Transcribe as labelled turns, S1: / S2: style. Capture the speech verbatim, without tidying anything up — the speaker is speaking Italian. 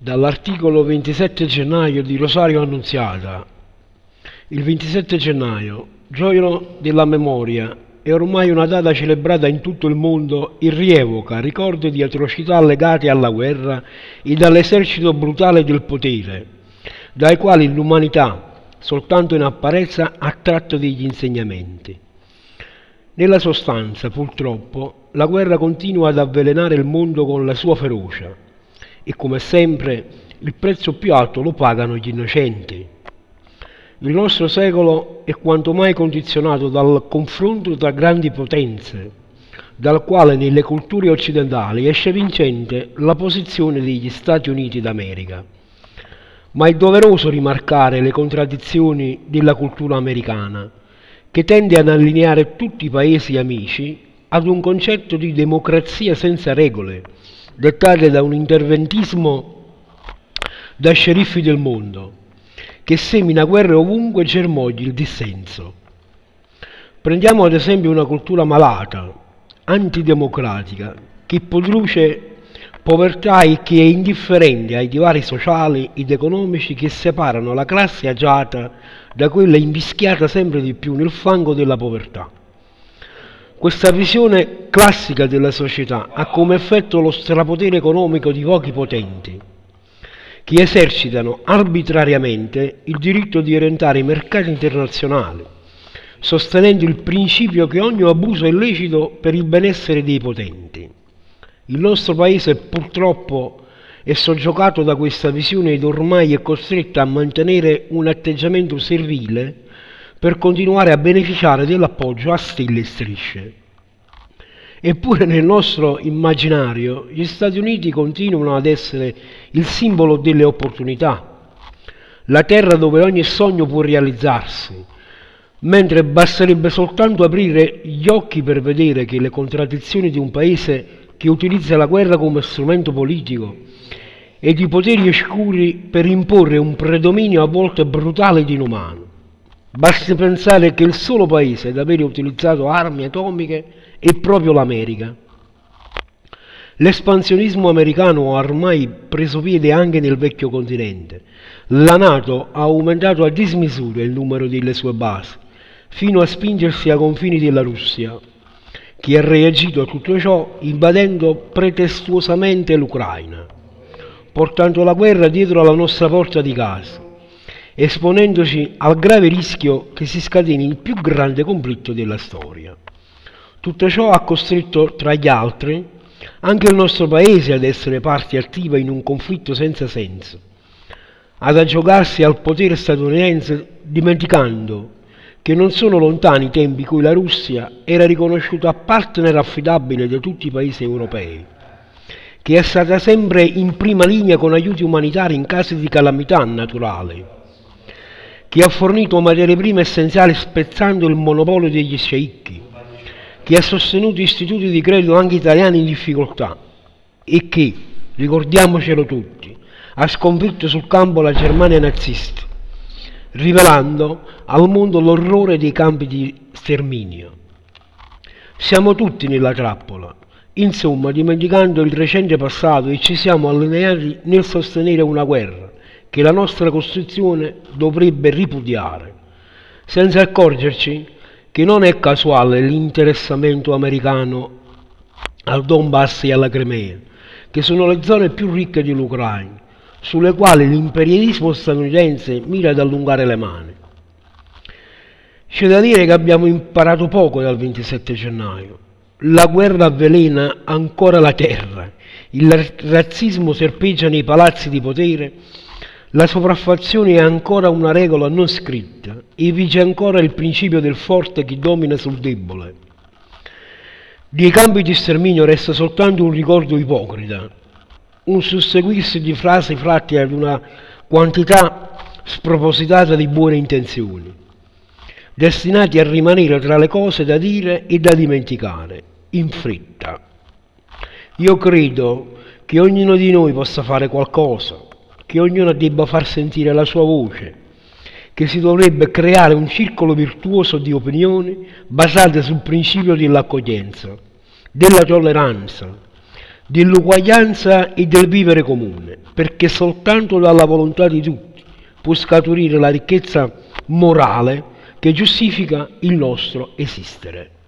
S1: Dall'articolo ventisette gennaio di Rosario Annunziata. Il ventisette gennaio, giorno della memoria, è ormai una data celebrata in tutto il mondo in rievoca ricordi di atrocità legate alla guerra e dall'esercito brutale del potere, dai quali l'umanità, soltanto in apparenza, ha tratto degli insegnamenti. Nella sostanza, purtroppo, la guerra continua ad avvelenare il mondo con la sua ferocia e, come sempre, il prezzo più alto lo pagano gli innocenti. Il nostro secolo è quanto mai condizionato dal confronto tra grandi potenze, dal quale nelle culture occidentali esce vincente la posizione degli Stati Uniti d'America. Ma è doveroso rimarcare le contraddizioni della cultura americana, che tende ad allineare tutti i paesi amici ad un concetto di democrazia senza regole, dettate da un interventismo da sceriffi del mondo, che semina guerre ovunque germogli il dissenso. Prendiamo ad esempio una cultura malata, antidemocratica, che produce povertà e che è indifferente ai divari sociali ed economici che separano la classe agiata da quella invischiata sempre di più nel fango della povertà. Questa visione classica della società ha come effetto lo strapotere economico di pochi potenti, che esercitano arbitrariamente il diritto di orientare i mercati internazionali, sostenendo il principio che ogni abuso è lecito per il benessere dei potenti. Il nostro paese purtroppo è soggiogato da questa visione ed ormai è costretto a mantenere un atteggiamento servile per continuare a beneficiare dell'appoggio a stelle e strisce. Eppure nel nostro immaginario gli Stati Uniti continuano ad essere il simbolo delle opportunità, la terra dove ogni sogno può realizzarsi, mentre basterebbe soltanto aprire gli occhi per vedere che le contraddizioni di un paese che utilizza la guerra come strumento politico ed i poteri oscuri per imporre un predominio a volte brutale ed inumano. Basti pensare che il solo paese ad aver utilizzato armi atomiche è proprio l'America. L'espansionismo americano ha ormai preso piede anche nel vecchio continente. La NATO ha aumentato a dismisura il numero delle sue basi, fino a spingersi ai confini della Russia, che ha reagito a tutto ciò invadendo pretestuosamente l'Ucraina, portando la guerra dietro alla nostra porta di casa, esponendoci al grave rischio che si scateni il più grande conflitto della storia. Tutto ciò ha costretto, tra gli altri, anche il nostro paese ad essere parte attiva in un conflitto senza senso, ad aggiogarsi al potere statunitense dimenticando che non sono lontani i tempi in cui la Russia era riconosciuta partner affidabile da tutti i paesi europei, che è stata sempre in prima linea con aiuti umanitari in caso di calamità naturali, che ha fornito materie prime essenziali spezzando il monopolio degli sceicchi, che ha sostenuto istituti di credito anche italiani in difficoltà e che, ricordiamocelo tutti, ha sconfitto sul campo la Germania nazista, rivelando al mondo l'orrore dei campi di sterminio. Siamo tutti nella trappola, insomma, dimenticando il recente passato, e ci siamo allineati nel sostenere una guerra che la nostra Costituzione dovrebbe ripudiare, senza accorgerci che non è casuale l'interessamento americano al Donbass e alla Crimea, che sono le zone più ricche dell'Ucraina, sulle quali l'imperialismo statunitense mira ad allungare le mani. C'è da dire che abbiamo imparato poco dal ventisette gennaio. La guerra avvelena ancora la terra, il razzismo serpeggia nei palazzi di potere, la sopraffazione è ancora una regola non scritta e vige ancora il principio del forte che domina sul debole. Dei campi di sterminio resta soltanto un ricordo ipocrita, un susseguirsi di frasi fatte ad una quantità spropositata di buone intenzioni, destinati a rimanere tra le cose da dire e da dimenticare, in fretta. Io credo che ognuno di noi possa fare qualcosa, che ognuno debba far sentire la sua voce, che si dovrebbe creare un circolo virtuoso di opinioni basate sul principio dell'accoglienza, della tolleranza, dell'uguaglianza e del vivere comune, perché soltanto dalla volontà di tutti può scaturire la ricchezza morale che giustifica il nostro esistere.